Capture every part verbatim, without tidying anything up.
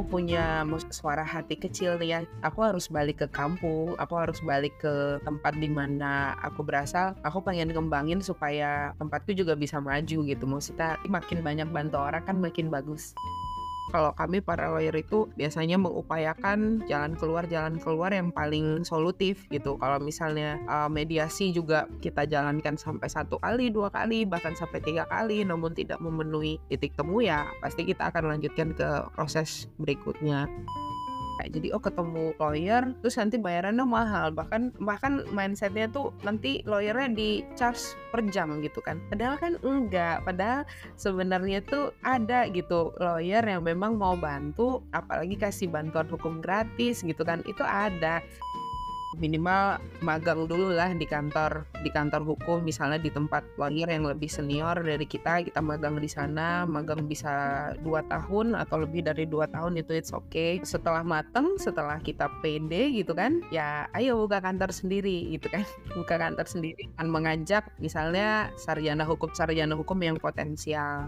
aku punya mus- suara hati kecil nih ya, aku harus balik ke kampung, aku harus balik ke tempat di mana aku berasal. Aku pengen ngembangin supaya tempatku juga bisa maju gitu. Maksudnya makin banyak bantu orang kan makin bagus. Kalau kami para lawyer itu biasanya mengupayakan jalan keluar jalan keluar yang paling solutif gitu. Kalau misalnya uh, mediasi juga kita jalankan sampai satu kali, dua kali, bahkan sampai tiga kali, namun tidak memenuhi titik temu, ya pasti kita akan lanjutkan ke proses berikutnya. Kayak jadi oh ketemu lawyer terus nanti bayarannya mahal, bahkan bahkan mindsetnya tuh nanti lawyernya di charge per jam gitu kan, padahal kan enggak. Padahal sebenarnya tuh ada gitu lawyer yang memang mau bantu, apalagi kasih bantuan hukum gratis gitu kan, itu ada. Minimal magang dulu lah di kantor di kantor hukum, misalnya di tempat lawyer yang lebih senior dari kita kita magang di sana. Magang bisa dua tahun atau lebih dari dua tahun, itu it's okay. Setelah mateng, setelah kita pede gitu kan, ya ayo buka kantor sendiri gitu kan. Buka kantor sendiri kan, mengajak misalnya sarjana hukum sarjana hukum yang potensial.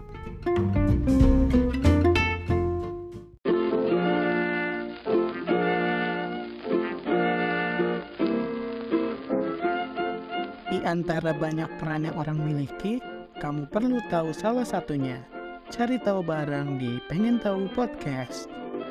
Di antara banyak peran yang orang miliki, kamu perlu tahu salah satunya. Cari tahu bareng di Pengen Tahu Podcast.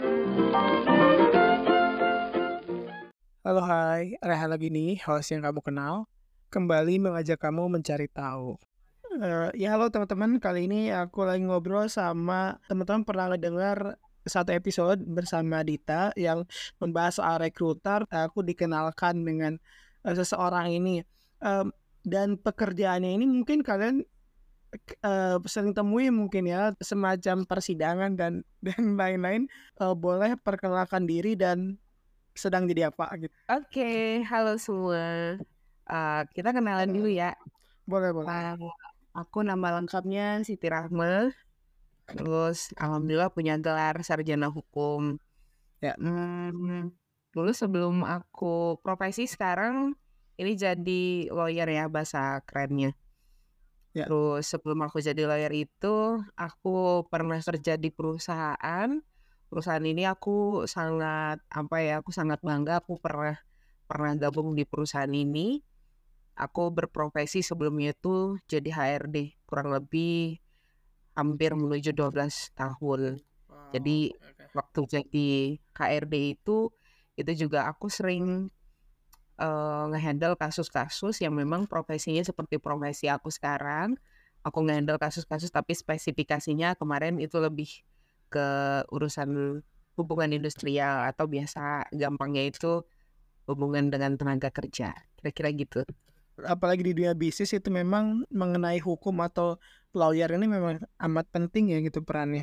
Halo hai, Reha lagi nih, host yang kamu kenal. Kembali mengajak kamu mencari tahu. Eh, ya halo teman-teman, kali ini aku lagi ngobrol sama teman-teman pernah ngedengar satu episode bersama Dita yang membahas soal rekruter. Aku dikenalkan dengan eh, seseorang ini. Em, dan pekerjaannya ini mungkin kalian uh, sering temui mungkin ya, semacam persidangan dan dan lain-lain. Uh, boleh perkenalkan diri dan sedang jadi apa gitu. Oke, halo semua. Uh, kita kenalan dulu ya. Boleh boleh. Uh, aku nama lengkapnya Siti Rahma. Terus alhamdulillah punya gelar sarjana hukum. Ya. Hmm, dulu sebelum aku profesi, sekarang ini jadi lawyer ya bahasa kerennya. Ya. Terus sebelum aku jadi lawyer itu, aku pernah kerja di perusahaan. Perusahaan ini aku sangat apa ya, aku sangat bangga aku pernah pernah gabung di perusahaan ini. Aku berprofesi sebelumnya itu jadi H R D kurang lebih hampir menuju dua belas tahun. Wow, Jadi okay. waktu jadi H R D itu itu juga aku sering uh, ngehandle kasus-kasus yang memang profesinya seperti profesi aku sekarang. Aku ngehandle kasus-kasus tapi spesifikasinya kemarin itu lebih ke urusan hubungan industrial atau biasa gampangnya itu hubungan dengan tenaga kerja. Kira-kira gitu. Apalagi di dunia bisnis itu memang mengenai hukum atau lawyer ini memang amat penting ya gitu perannya.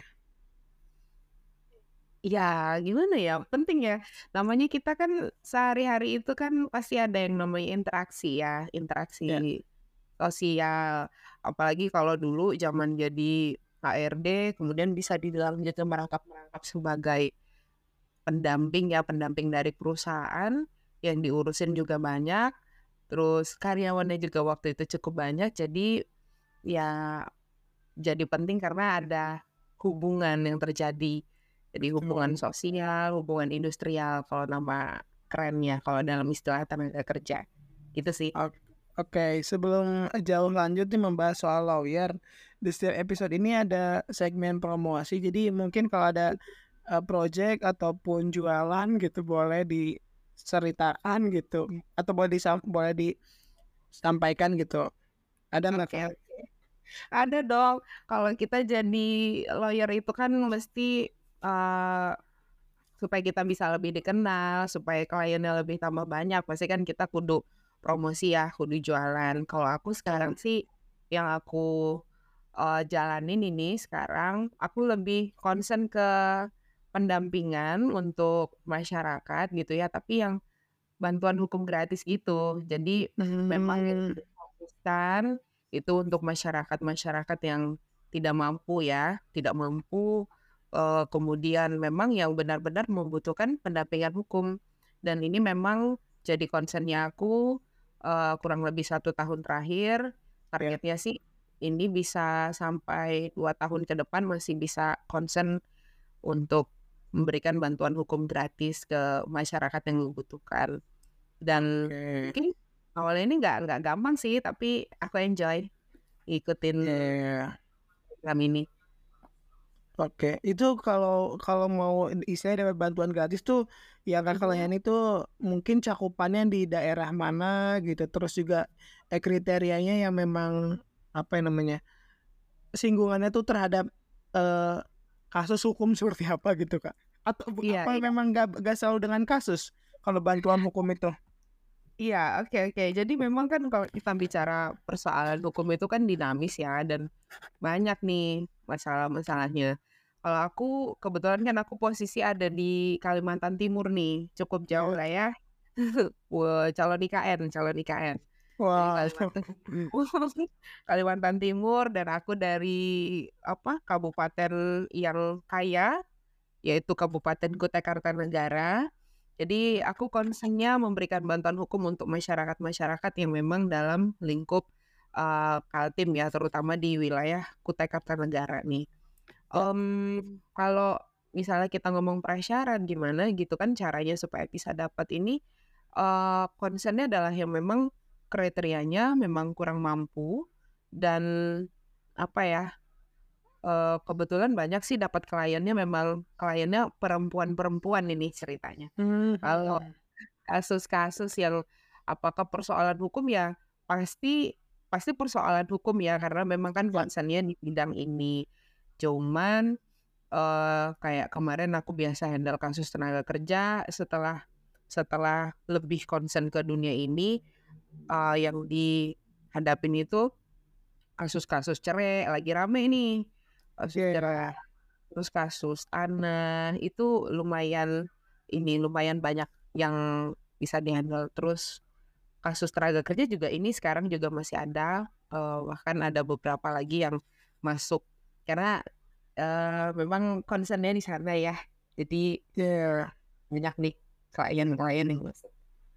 Ya gimana ya, penting ya. Namanya kita kan sehari-hari itu kan pasti ada yang namanya interaksi ya, interaksi Ya. sosial. Apalagi kalau dulu zaman jadi H R D, kemudian bisa dibilang juga merangkap-merangkap sebagai pendamping ya, pendamping dari perusahaan yang diurusin juga banyak. Terus karyawannya juga waktu itu cukup banyak, jadi ya jadi penting karena ada hubungan yang terjadi. Jadi hubungan sosial, hubungan industrial kalau nama kerennya, kalau dalam istilah tenaga kerja. Gitu sih. Oke, okay. Sebelum jauh lanjut nih membahas soal lawyer, di setiap episode ini ada segmen promosi. Jadi mungkin kalau ada uh, project ataupun jualan gitu boleh diceritakan gitu, atau boleh disam boleh disampaikan gitu. Ada nggak? Oke, oke. Ada dong. Kalau kita jadi lawyer itu kan mesti uh, supaya kita bisa lebih dikenal, supaya kliennya lebih tambah banyak, pasti kan kita kudu promosi ya, kudu jualan. Kalau aku sekarang sih yang aku uh, jalanin ini sekarang, aku lebih concern ke pendampingan untuk masyarakat gitu ya, tapi yang bantuan hukum gratis gitu. Jadi memang Hmm. difokuskan itu untuk masyarakat-masyarakat yang tidak mampu ya, tidak mampu, uh, kemudian memang yang benar-benar membutuhkan pendampingan hukum. Dan ini memang jadi concern-nya aku uh, kurang lebih satu tahun terakhir. Targetnya sih ini bisa sampai dua tahun ke depan masih bisa concern untuk memberikan bantuan hukum gratis ke masyarakat yang membutuhkan. Dan Oke. mungkin awalnya ini nggak nggak gampang sih, tapi aku enjoy ngikutin Iya. program ini. Oke, itu kalau kalau mau istilahnya dapat bantuan gratis tuh, yang Kakak Mhm. layani itu mungkin cakupannya di daerah mana gitu, terus juga, eee, kriterianya yang memang, apa ya namanya, singgungannya tuh terhadap, eee, kasus hukum seperti apa gitu, Kak? Atau bu Iya apa iya. memang nggak nggak selalu dengan kasus, kalau bantuan hukum itu? Iya, oke oke. Jadi memang kan kalau kita bicara persoalan hukum itu kan dinamis ya, dan banyak nih masalah-masalahnya. Kalau aku kebetulan kan aku posisi ada di Kalimantan Timur nih, cukup jauh Iya. lah ya. Wah, calon I K N calon I K N. Dari Wah. Kalimantan Kalimantan Timur, dan aku dari apa, kabupaten yang kaya, yaitu Kabupaten Kutai Kartanegara. Jadi aku concern-nya memberikan bantuan hukum untuk masyarakat-masyarakat yang memang dalam lingkup, eee, Kaltim ya, terutama di wilayah Kutai Kartanegara nih. Ya. Mmm, kalau misalnya kita ngomong prasyarat gimana gitu kan caranya supaya bisa dapat ini, eee, concern-nya adalah yang memang kriterianya memang kurang mampu dan apa ya, eee, kebetulan banyak sih dapat kliennya memang kliennya perempuan-perempuan ini ceritanya. Mmm, Kalau mhm. kasus-kasus yang apakah persoalan hukum ya pasti pasti persoalan hukum ya, karena memang kan Ya. concern-nya di bidang ini. Cuman, eee, kayak kemarin aku biasa handle kasus tenaga kerja, setelah setelah lebih concern ke dunia ini, eee, yang dihadapin itu kasus-kasus cerai, lagi rame nih, kasus cerai, Iya. terus kasus tanah, itu lumayan ini, lumayan banyak yang bisa di-handle. Terus kasus tenaga kerja juga ini sekarang juga masih ada, eee, bahkan ada beberapa lagi yang masuk karena, eee, memang concern-nya di sana ya. Jadi Iya. banyak nih klien-klien yang masuk.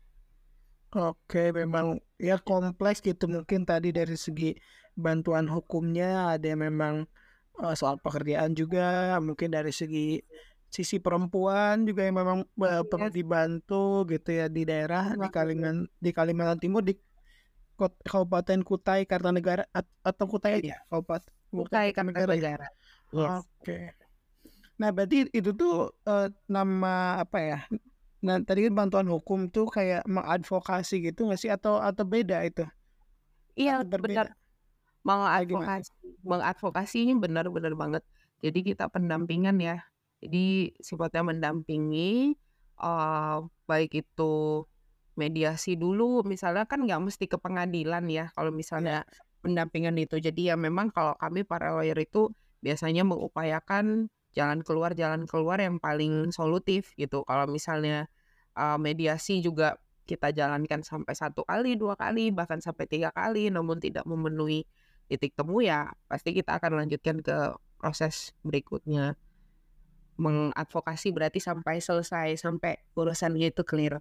Oke, memang ya kompleks gitu mungkin tadi dari segi bantuan hukumnya ada yang memang, eee, soal pekerjaan juga, mungkin dari segi sisi perempuan juga yang memang, eee, perlu Yes, dibantu gitu ya di daerah di banget. Kaliman di Kalimantan Timur di kot Kabupaten Kutai Kartanegara at atau Kutai aja? Kabupaten Kutai Kutai Kartanegara ya? Kartanegara. Yes. Oke. Nah berarti itu tuh, eee, nama apa ya, nah tadi kan bantuan hukum tuh kayak mengadvokasi gitu nggak sih atau atau beda itu? Iya Atau benar, berbeda? Kayak gimana? mengadvokasi mengadvokasi ini benar benar banget. Jadi kita pendampingan ya. Jadi sifatnya mendampingi, eee, baik itu mediasi dulu, misalnya kan nggak mesti ke pengadilan ya kalau Ya. misalnya pendampingan itu. Jadi ya memang kalau kami para lawyer itu biasanya mengupayakan jalan keluar jalan keluar yang paling solutif gitu. Kalau misalnya, eee, mediasi juga kita jalankan sampai satu kali, dua kali, bahkan sampai tiga kali, namun tidak memenuhi titik temu, ya pasti kita akan lanjutkan ke proses berikutnya. Mengadvokasi berarti sampai selesai, sampai urusannya itu clear.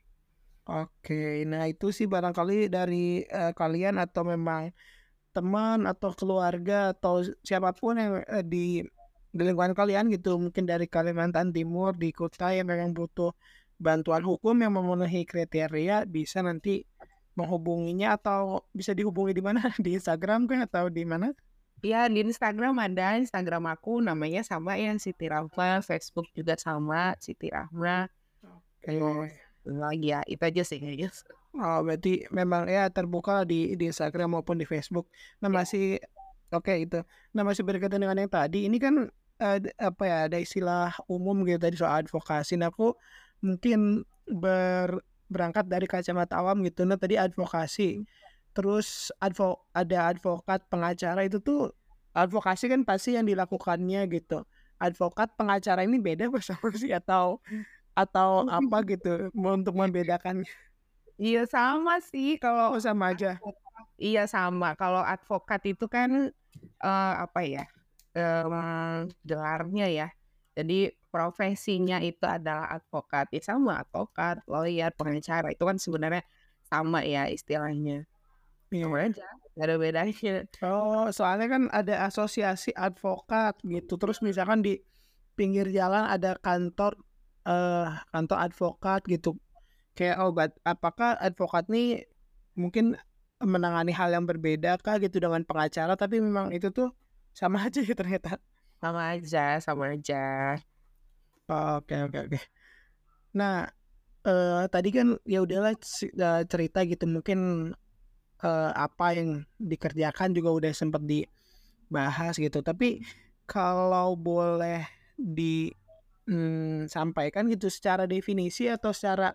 Oke, nah itu sih barangkali dari, eee, kalian atau memang teman atau keluarga atau siapapun yang, eee, di di lingkungan kalian gitu mungkin dari Kalimantan Timur di Kutai yang memang butuh bantuan hukum yang memenuhi kriteria bisa nanti menghubunginya atau bisa dihubungi di mana? Di Instagram kah atau di mana? Iya, di Instagram ada, Instagram aku namanya sama ya, Siti Rahma, Facebook juga sama, Siti Rahma, terus Oke. lagi ya, itu aja sih kayaknya. Oh, berarti memang ya terbuka di di Instagram maupun di Facebook. Nah, Ya, masih oke itu. Nah, masih berkaitan dengan yang tadi, ini kan, eee, d apa ya, ada istilah umum gitu tadi soal advokasi. Nah, aku mungkin ber berangkat dari kacamata awam gitu. Nah, tadi advokasi, terus advo ada advokat, pengacara itu tuh advokasi kan pasti yang dilakukannya gitu. Advokat, pengacara ini beda nggak sama sih atau atau apa gitu, untuk membedakannya? iya sama sih kalau Oh, sama aja? advokat, iya sama, kalau advokat itu kan, eee, apa ya, mmm, gelarnya ya, jadi profesinya itu adalah advokat, ya sama advokat, lawyer, pengacara, itu kan sebenarnya sama ya istilahnya, sama Iya. aja, nggak ada bedanya. Oh, soalnya kan ada asosiasi advokat gitu, terus misalkan di pinggir jalan ada kantor, eee, kantor advokat gitu. Kayak, oh bat apakah advokat nih mungkin menangani hal yang berbeda kah gitu dengan pengacara, tapi memang itu tuh sama aja ya ternyata? Sama aja sama aja. Oke oke oke. Nah, eee, tadi kan ya udahlah si eee, cerita gitu mungkin, eee, apa yang dikerjakan juga udah sempet dibahas gitu. Tapi kalau boleh di, mmm, sampaikan gitu secara definisi atau secara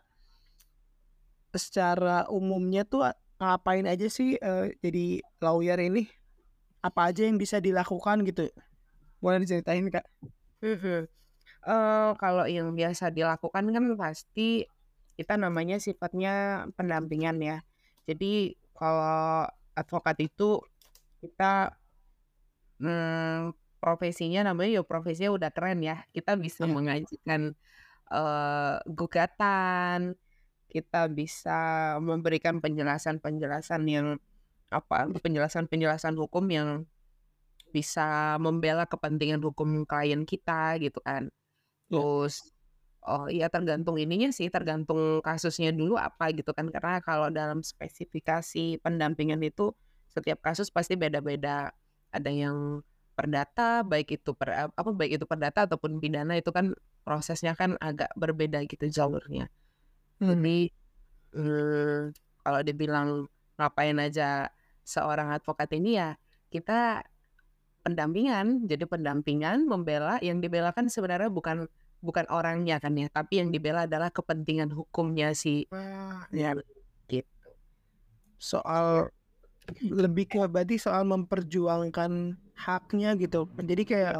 secara umumnya tuh a ngapain aja sih, eee, jadi lawyer ini? Apa aja yang bisa dilakukan gitu? Boleh diceritain, Kak? Mhm. Eee, kalau yang biasa dilakukan kan pasti kita namanya sifatnya pendampingan ya. Jadi kalau advokat itu kita, mmm, profesinya namanya ya profesinya udah keren ya. Kita bisa Iya. mengajukan, eee, gugatan, kita bisa memberikan penjelasan-penjelasan yang apa, penjelasan-penjelasan hukum yang bisa membela kepentingan hukum klien kita gitu kan. Iya. Terus, oh iya tergantung ininya sih, tergantung kasusnya dulu apa gitu kan. Karena kalau dalam spesifikasi pendampingan itu setiap kasus pasti beda-beda. Ada yang perdata, baik itu per apa, baik itu perdata ataupun pidana itu kan prosesnya kan agak berbeda gitu jalurnya. Mmm. Jadi, mmm, kalau dibilang ngapain aja seorang advokat ini ya, kita pendampingan. Jadi pendampingan, membela, yang dibela kan sebenarnya bukan bukan orangnya kan ya, tapi yang dibela adalah kepentingan hukumnya si Wah, iya. gitu. Soal lebih ke berarti soal memperjuangkan haknya gitu. Jadi kayak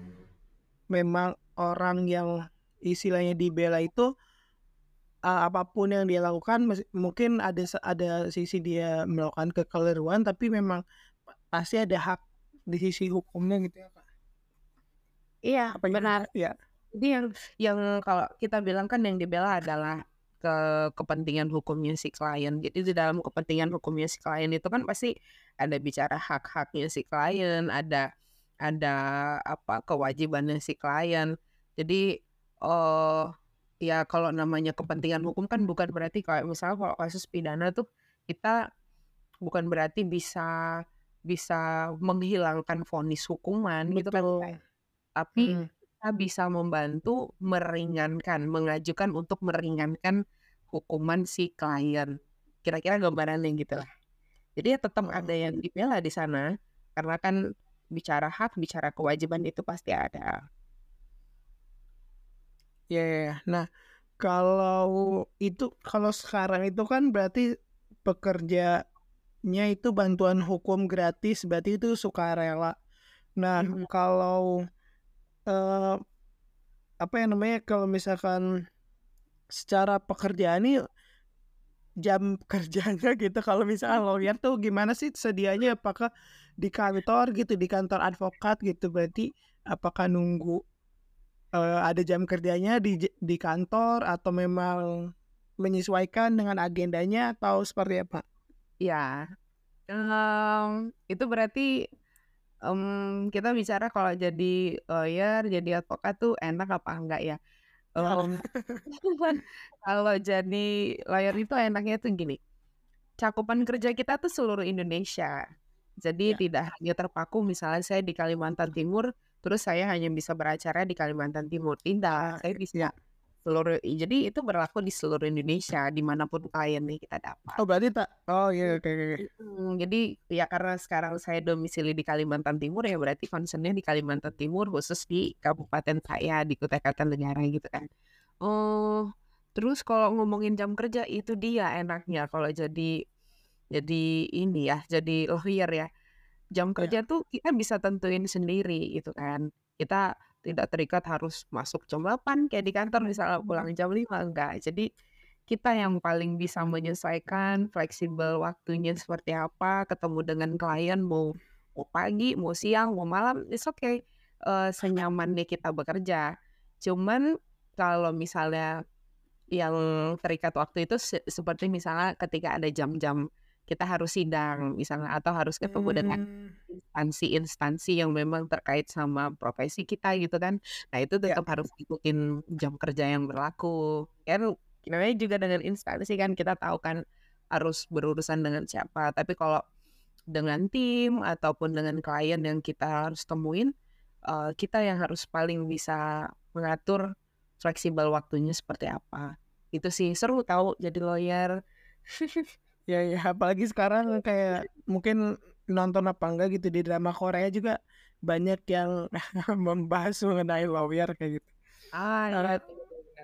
memang orang yang istilahnya dibela itu, eee, apa yang dia lakukan mesi mungkin ada se ada sisi dia melakukan kekeliruan, tapi memang pa pasti ada hak di sisi hukumnya gitu ya, Kak? Iya, Apa gimana? benar. Iya. Jadi yang yang kalau kita bilang kan yang dibela adalah ke kepentingan hukumnya si klien. Jadi di dalam kepentingan hukumnya si klien itu kan pasti ada bicara hak-haknya si klien, ada ada apa, kewajibannya si klien. Jadi, eee, ya kalau namanya kepentingan hukum kan bukan berarti kayak misalnya kalau kasus pidana tuh kita bukan berarti bisa bisa menghilangkan vonis hukuman gitu kan, Betul. tapi Mhm. kita bisa membantu meringankan, mengajukan untuk meringankan hukuman si klien. Kira-kira gambarannya gitulah. Jadi ya tetap ada Oh, yang dibela di sana, karena kan bicara hak, bicara kewajiban itu pasti ada. iya iya iya. Nah, kalau itu kalau sekarang itu kan berarti pekerjanya itu bantuan hukum gratis, berarti itu sukarela. Nah, Mhm. kalau, eee, apa ya namanya, kalau misalkan secara pekerjaan nih, jam kerjanya gitu kalau misalkan lawyer tuh gimana sih sedianya? Apakah di kantor gitu, di kantor advokat gitu, berarti apakah nunggu, eee, ada jam kerjanya di je di kantor atau memang menyesuaikan dengan agendanya atau seperti apa? Iya, mmm, itu berarti, mmm, kita bicara kalau jadi lawyer, jadi advokat tuh enak apa enggak ya? Iya. Mmm, kalau jadi lawyer itu enaknya tuh gini, cakupan kerja kita tuh seluruh Indonesia. Jadi Iya. tidak hanya terpaku misalnya saya di Kalimantan Timur, terus saya hanya bisa beracara di Kalimantan Timur, tidak, Ah, saya bisa iya. seluruh jadi itu berlaku di seluruh Indonesia, dimanapun kliennya kita dapat. Oh berarti tak oh iya, oke oke oke. Mhm, jadi ya karena sekarang saya domisili di Kalimantan Timur ya berarti concern-nya di Kalimantan Timur khusus di kabupaten saya, di Kutai Kartanegara gitu kan. Oh, terus kalau ngomongin jam kerja itu dia enaknya kalau jadi jadi ini ya, jadi lawyer ya. Jam Iya. kerja tuh kita bisa tentuin sendiri gitu kan. Kita tidak terikat harus masuk jam delapan kayak di kantor misalnya pulang jam lima enggak. Jadi kita yang paling bisa menyesuaikan fleksibel waktunya seperti apa, ketemu dengan klien mau mau pagi, mau siang, mau malam, it's okay, eee, senyamannya kita bekerja. Cuman kalau misalnya yang terikat waktu itu se seperti misalnya ketika ada jam-jam kita harus sidang misalnya atau harus ketemu dengan Mmm. instansi-instansi yang memang terkait sama profesi kita gitu kan. Nah itu Ya. tetap harus ikutin jam kerja yang berlaku. Kan namanya juga dengan instansi kan kita tahu kan harus berurusan dengan siapa. Tapi kalau dengan tim ataupun dengan klien yang kita harus temuin, eee, kita yang harus paling bisa mengatur fleksibel waktunya seperti apa. Itu sih, seru tahu jadi lawyer. Ya ya, apalagi sekarang kayak mungkin nonton apa enggak gitu di drama Korea juga banyak yang membahas mengenai lawyer kayak gitu. Ah, Eee, iya, bener bener.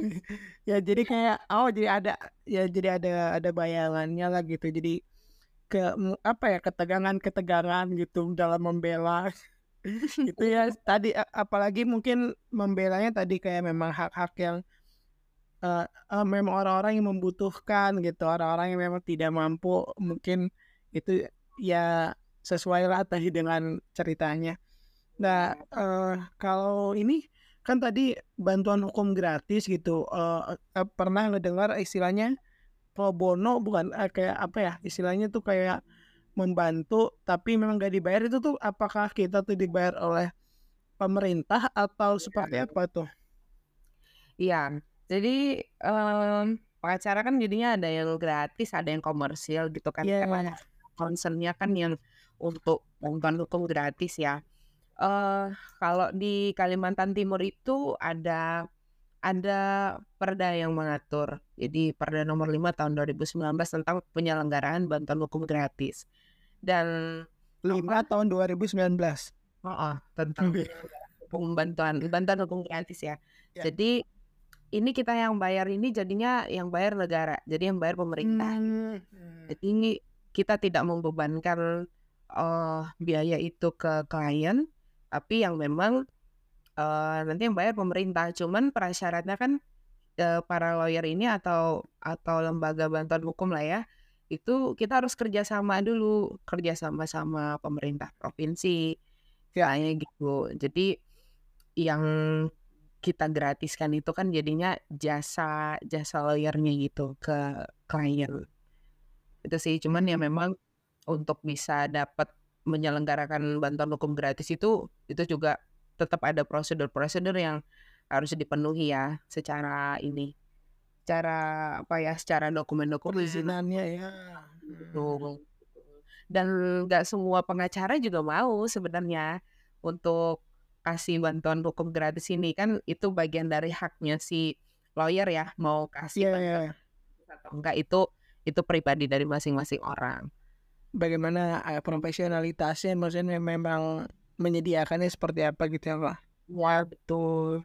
ya jadi kayak oh jadi ada ya jadi ada ada bayangannya lah gitu. Jadi ke mu apa ya, ketegangan-ketegangan gitu dalam membela itu ya tadi a apalagi mungkin membelanya tadi kayak memang hak-hak yang Eee eee, memang orang-orang yang membutuhkan gitu, orang-orang yang memang tidak mampu mungkin itu ya sesuailah tadi dengan ceritanya. Nah, Iya. eee, kalau ini kan tadi bantuan hukum gratis gitu, eee eee, pernah ngedengar istilahnya pro bono bukan, eee, kayak apa ya, istilahnya tuh kayak membantu tapi memang nggak dibayar itu tuh apakah kita tuh dibayar oleh pemerintah atau seperti Iya. apa tuh? Iya, jadi, mmm, pengacara kan jadinya ada yang gratis, ada yang komersil gitu kan, karena Iya, concern-nya kan yang untuk bantuan hukum gratis ya. Eee, Kalau di Kalimantan Timur itu ada ada perda yang mengatur. Jadi Perda Nomor lima Tahun dua ribu sembilan belas tentang penyelenggaraan bantuan hukum gratis dan lima apa tahun dua ribu sembilan belas. heeh, tentang Oke. penyelenggaraan hukum bantuan bantuan hukum gratis ya. Ya. Jadi ini kita yang bayar ini jadinya yang bayar negara, jadi yang bayar pemerintah. Mmm, mhm. Jadi kita tidak membebankan, eee, biaya itu ke klien, tapi yang memang, eee, nanti yang bayar pemerintah. Cuman prasyaratnya kan, eee, para lawyer ini atau atau lembaga bantuan hukum lah ya, itu kita harus kerja sama dulu, kerja sama sama pemerintah provinsi, Ya, misalnya gitu. Jadi yang kita gratiskan itu kan jadinya jasa jasa lawyer-nya gitu ke klien. Itu sih, cuman ya mmm, memang untuk bisa dapat menyelenggarakan bantuan hukum gratis itu, itu juga tetap ada prosedur-prosedur yang harus dipenuhi ya, secara ini, secara apa ya, secara dokumen-dokumen perizinannya ya, mmm, gitu. Dan nggak semua pengacara juga mau sebenarnya untuk kasih bantuan hukum gratis ini, kan itu bagian dari haknya si lawyer ya, mau kasih iya iya, bantuan atau enggak itu itu pribadi dari masing-masing orang. bagaimana, eee, profesionalitasnya maksudnya memang menyediakannya seperti apa gitu ya, Kak? Iya betul.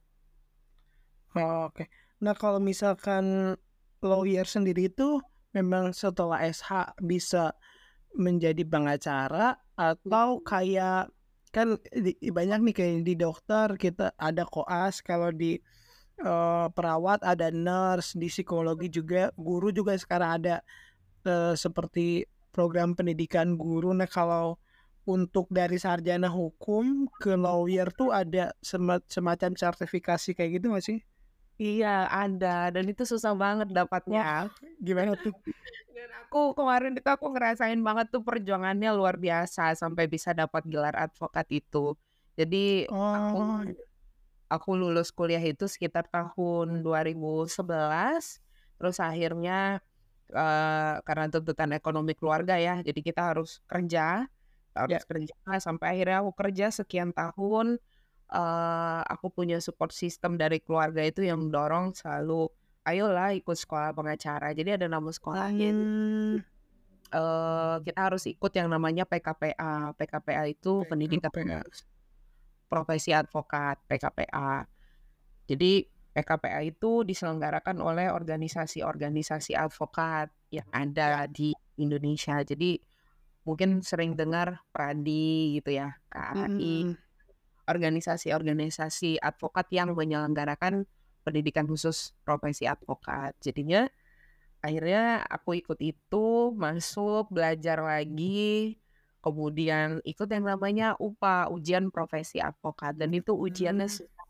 Oke. Nah kalau misalkan lawyer sendiri itu memang setelah S H bisa menjadi pengacara atau kayak kan di banyak nih kayak di dokter kita ada koas, kalau di Eee, perawat, ada nurse, di psikologi juga, guru juga sekarang ada, eee, seperti program pendidikan guru. Nah, kalau untuk dari sarjana hukum ke lawyer tuh ada sema semacam sertifikasi kayak gitu nggak sih? Iya ada dan itu susah banget dapatnya. Wah, gimana tuh? Dan aku kemarin itu aku ngerasain banget tuh perjuangannya luar biasa sampai bisa dapat gelar advokat itu. Jadi aku Oh, aku lulus kuliah itu sekitar tahun dua ribu sebelas, terus akhirnya, eee, karena tuntutan ekonomi keluarga ya, jadi kita harus kerja, ya, harus kerja sampai akhirnya aku kerja sekian tahun, eee, aku punya support system dari keluarga itu yang mendorong selalu, "Ayolah ikut sekolah pengacara." Jadi ada nama sekolahnya, mmm, eee, kita harus ikut yang namanya P K P A. P K P A itu Pendidikan P K P A. Khusus Profesi Advokat, P K P A. Jadi P K P A itu diselenggarakan oleh organisasi-organisasi advokat yang Ya, ada di Indonesia. Jadi mungkin sering dengar PRADI gitu ya, mhm K A I, mhm. organisasi-organisasi advokat yang menyelenggarakan pendidikan khusus profesi advokat. Jadinya akhirnya aku ikut itu, masuk, belajar lagi, kemudian ikut yang namanya U P A, Ujian Profesi Advokat, dan itu ujiannya Mmm, susah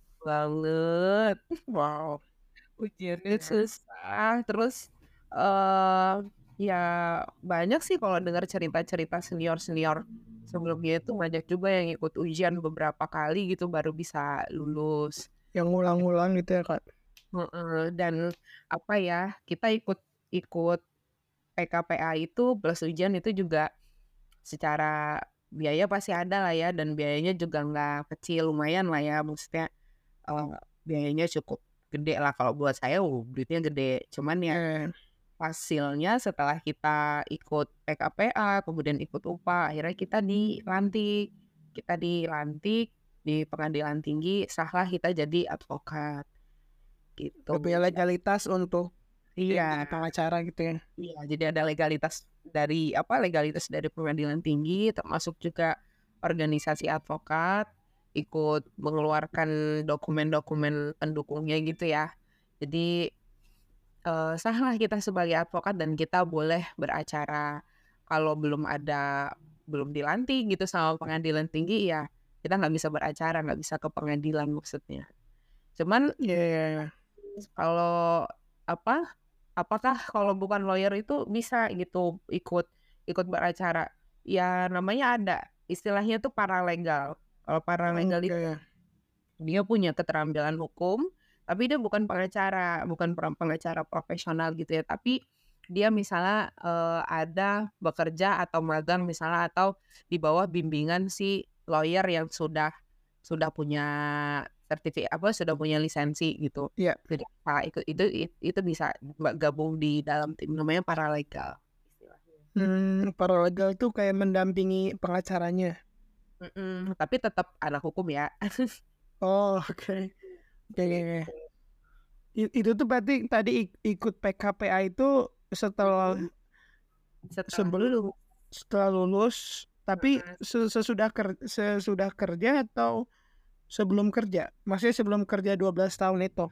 banget. wow, Ujiannya ya, susah, terus, eee, Ya banyak sih kalau dengar cerita-cerita senior-senior sebelumnya itu banyak juga yang ikut ujian beberapa kali gitu baru bisa lulus. Yang ngulang-ngulang gitu ya, Kak? Heeh, dan apa ya, kita ikut ikut P K P A itu plus ujian itu juga secara biaya pasti ada lah ya dan biayanya juga nggak kecil, lumayan lah ya maksudnya, eee, biayanya cukup gede lah kalau buat saya, uh, duitnya gede. Cuman ya Oke. hasilnya setelah kita ikut P K P A, kemudian ikut U P A, akhirnya kita dilantik. Kita dilantik di pengadilan tinggi, sahlah kita jadi advokat, Udah punya gitu. legalitas untuk jadi Iya, pengacara gitu ya? iya, jadi ada legalitas dari apa, legalitas dari pengadilan tinggi, termasuk juga organisasi advokat, ikut mengeluarkan dokumen-dokumen pendukungnya gitu ya. Jadi Eee, sahlah kita sebagai advokat dan kita boleh beracara. Kalau belum ada belum dilantik gitu sama pengadilan tinggi, ya kita nggak bisa beracara, nggak bisa ke pengadilan maksudnya. Cuman Iya iya iya. kalau apa, apakah kalau bukan lawyer itu bisa gitu ikut ikut beracara? Ya namanya ada, istilahnya tuh paralegal. Kalau paralegal itu Oke. dia punya keterampilan hukum, tapi dia bukan pengacara, bukan per pengacara profesional gitu ya, tapi dia misalnya, eee, ada bekerja atau magang misalnya atau di bawah bimbingan si lawyer yang sudah sudah punya sertifi apa, sudah punya lisensi gitu. Iya. Jadi Pak, ikut itu it itu bisa ba gabung di dalam tim namanya paralegal istilahnya. Mmm, paralegal tuh kayak mendampingi pengacaranya? Mhm, tapi tetap anak hukum ya. Oh, oke. Oke oke oke. Gitu. I itu tuh berarti tadi ik ikut P K P A itu setelah Mhm, setelah sebelum lulus. setelah lulus, tapi Heeh. se sesudah ker sesudah kerja atau sebelum kerja? Maksudnya sebelum kerja dua belas tahun itu?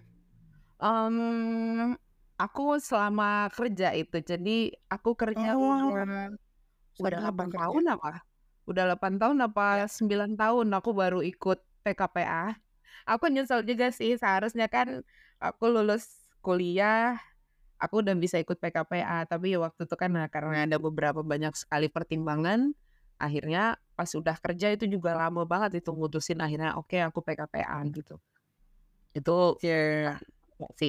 Mmm, aku selama kerja itu, jadi aku kerja Oh, udah udah sambil delapan bekerja. tahun apa? Udah delapan tahun Ya. apa sembilan tahun aku baru ikut P K P A. Aku nyesel juga sih, seharusnya kan aku lulus kuliah, aku udah bisa ikut P K P A, tapi ya waktu itu kan, nah, karena ada beberapa banyak sekali pertimbangan, akhirnya pas udah kerja itu juga lama banget itu mutusin akhirnya, "Oke aku P K P A," gitu. Itu Iya iya iya. sih.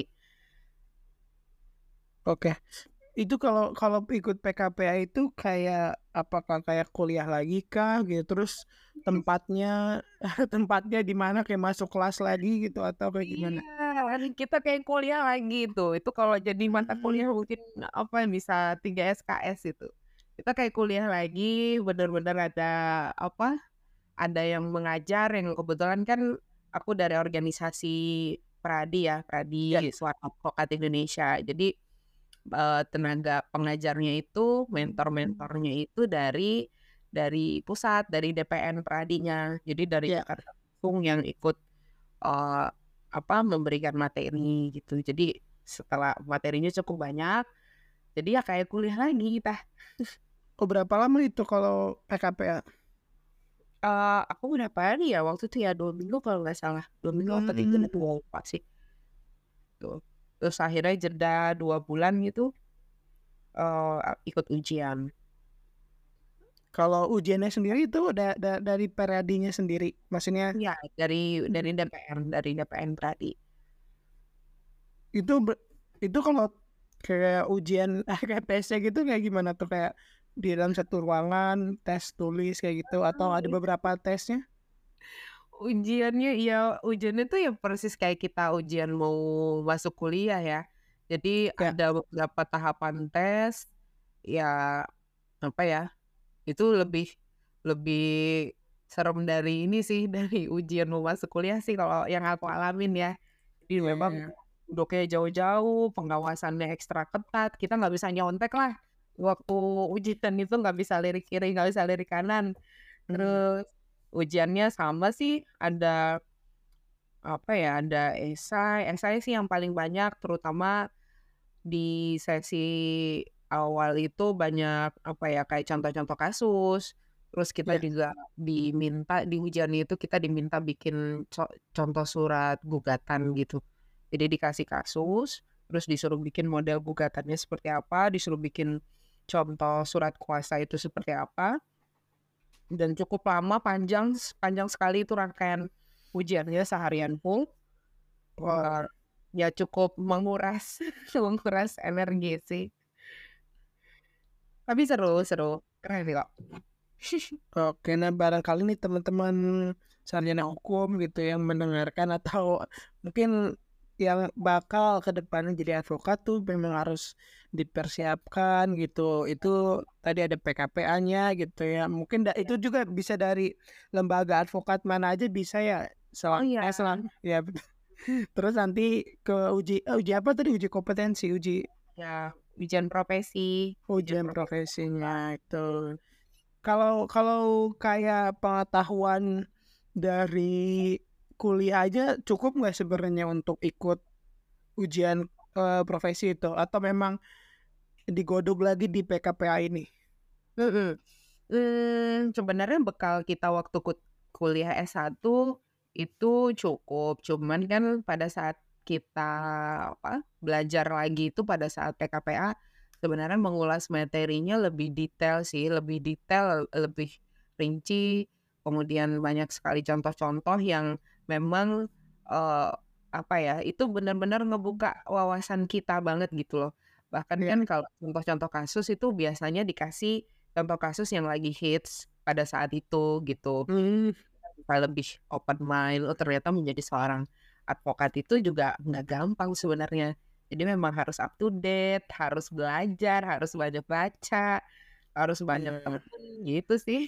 Oke. Itu kalau kalau ikut P K P A itu kayak apakah kayak kuliah lagi kah gitu? Terus tempatnya tempatnya di mana kayak masuk kelas lagi gitu atau kayak gimana? Iya, kan kita kayak kuliah lagi tuh. Itu kalau jadi mata Mmm, kuliah mungkin apa bisa tiga S K S itu. Kita kayak kuliah lagi, bener-bener ada apa, ada yang mengajar yang kebetulan kan aku dari organisasi PRADI ya, ya. PRADI Suara Advokat Indonesia. Jadi, eee, tenaga pengajarnya itu, mentor-mentornya itu dari dari pusat, dari D P N PRADI-nya. Jadi dari Ya. Jakarta langsung yang ikut Eee, apa, memberikan materi gitu. Jadi setelah materinya cukup banyak, jadi ya kayak kuliah lagi kita. Oh, berapa lama itu kalau P K P A? Eee, aku berapa hari ya waktu itu ya, dua minggu kalau nggak salah, dua minggu apa tiga Mmm, minggu lupa sih, tuh. Terus akhirnya jeda dua bulan gitu, eee, ikut ujian. kalau ujiannya sendiri itu da da dari Peradinya sendiri? Maksudnya Iya, dari mhm, dari D P R, dari D P N Pradi. itu be itu kalau kayak ujian kayak tesnya gitu kayak gimana tuh? Kayak di dalam satu ruangan, tes tulis kayak gitu atau ada beberapa tesnya? Ujiannya ya ujiannya tuh ya persis kayak kita ujian mau masuk kuliah ya. Jadi Ya. ada beberapa tahapan tes, ya apa ya, itu lebih lebih serem dari ini sih, dari ujian mau masuk kuliah sih kalau yang aku alamin ya. Jadi Iya iya memang iya. duduknya jauh-jauh, pengawasannya ekstra ketat, kita nggak bisa nyontek lah. Waktu ujian itu nggak bisa lirik kiri, nggak bisa lirik kanan. Mhm. Terus ujiannya sama sih, ada apa ya, ada esai, esai sih yang paling banyak, terutama di sesi awal itu banyak apa ya, kayak contoh-contoh kasus, terus kita Iya. juga diminta di ujian itu kita diminta bikin co contoh surat gugatan gitu. Jadi dikasih kasus, terus disuruh bikin model gugatannya seperti apa, disuruh bikin contoh surat kuasa itu seperti apa, dan cukup lama, panjang panjang sekali itu rangkaian ujiannya seharian full. Wow. Eee, ya cukup menguras menguras energi sih. Tapi seru seru, keren kok. Oke, nah barangkali nih teman-teman sarjana hukum gitu yang mendengarkan atau mungkin yang bakal ke depannya jadi advokat tuh memang harus dipersiapkan gitu. Itu tadi ada P K P A-nya gitu ya. Mungkin da itu juga bisa dari lembaga advokat mana aja bisa ya. Oh Selang iya, eh selang ya betul. Terus nanti ke uji eh, uji apa tadi? Uji kompetensi, uji ya ujian profesi ujian ujian profesi. profesinya itu. Kalau kalau kayak pengetahuan dari kuliah aja cukup nggak sebenarnya untuk ikut ujian, eee, profesi itu? Atau memang digodok lagi di P K P A ini? Mhm. Mmm, sebenarnya bekal kita waktu kut kuliah S satu itu cukup, cuman kan pada saat kita, apa, belajar lagi itu pada saat P K P A, sebenarnya mengulas materinya lebih detail sih, lebih detail, lebih rinci, kemudian banyak sekali contoh-contoh yang memang, eee, apa ya, itu benar-benar ngebuka wawasan kita banget gitu loh. Bahkan Iya. kan kalau contoh-contoh kasus itu biasanya dikasih contoh kasus yang lagi hits pada saat itu gitu. Mmm, Bisa lebih open mind, oh ternyata menjadi seorang advokat itu juga nggak gampang sebenarnya. Jadi memang harus up to date, harus belajar, harus banyak baca, harus banyak iya iya. temen, gitu sih.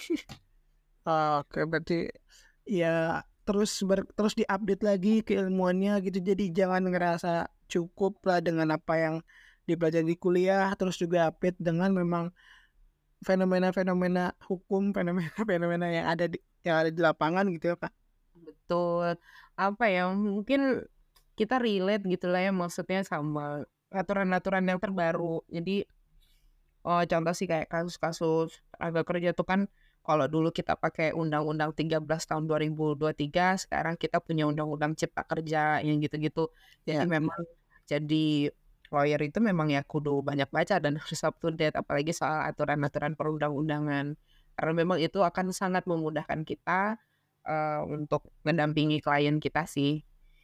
Oke, berarti ya terus ber terus di-update lagi keilmuannya gitu, jadi jangan ngerasa cukup lah dengan apa yang dipelajari di kuliah, terus juga update dengan memang fenomena-fenomena hukum, fenomena-fenomena yang ada di yang ada di lapangan gitu ya, Kak? Betul. Apa ya, mungkin kita relate gitulah ya maksudnya sama aturan-aturan yang terbaru. Jadi Oh, contoh sih kayak kasus-kasus tenaga kerja tuh kan kalau dulu kita pakai Undang-Undang tiga belas tahun dua ribu dua puluh tiga, sekarang kita punya Undang-Undang Cipta Kerja yang gitu-gitu. Jadi Ya. memang jadi lawyer itu memang ya kudu banyak baca dan harus up to date apalagi soal aturan-aturan perundang-undangan. Karena memang itu akan sangat memudahkan kita, eee, untuk mendampingi klien kita sih,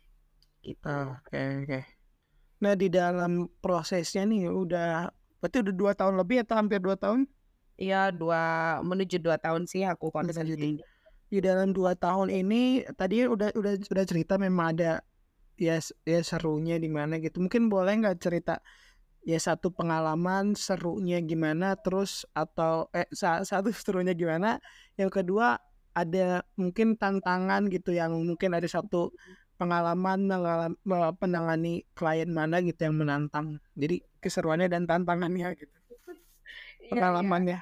gitu. Oke oke. Nah, di dalam prosesnya nih udah berarti udah dua tahun lebih atau hampir dua tahun? Iya dua menuju dua tahun sih aku Udah concern lanjut. di Di dalam dua tahun ini tadi udah udah udah cerita memang ada ya s ya serunya di mana gitu. Mungkin boleh nggak cerita ya satu pengalaman serunya gimana, terus atau eh sa satu serunya gimana, yang kedua ada mungkin tantangan gitu yang mungkin ada satu pengalaman mengalam me menangani klien mana gitu yang menantang. Jadi keseruannya dan tantangannya gitu, Iya iya. pengalamannya.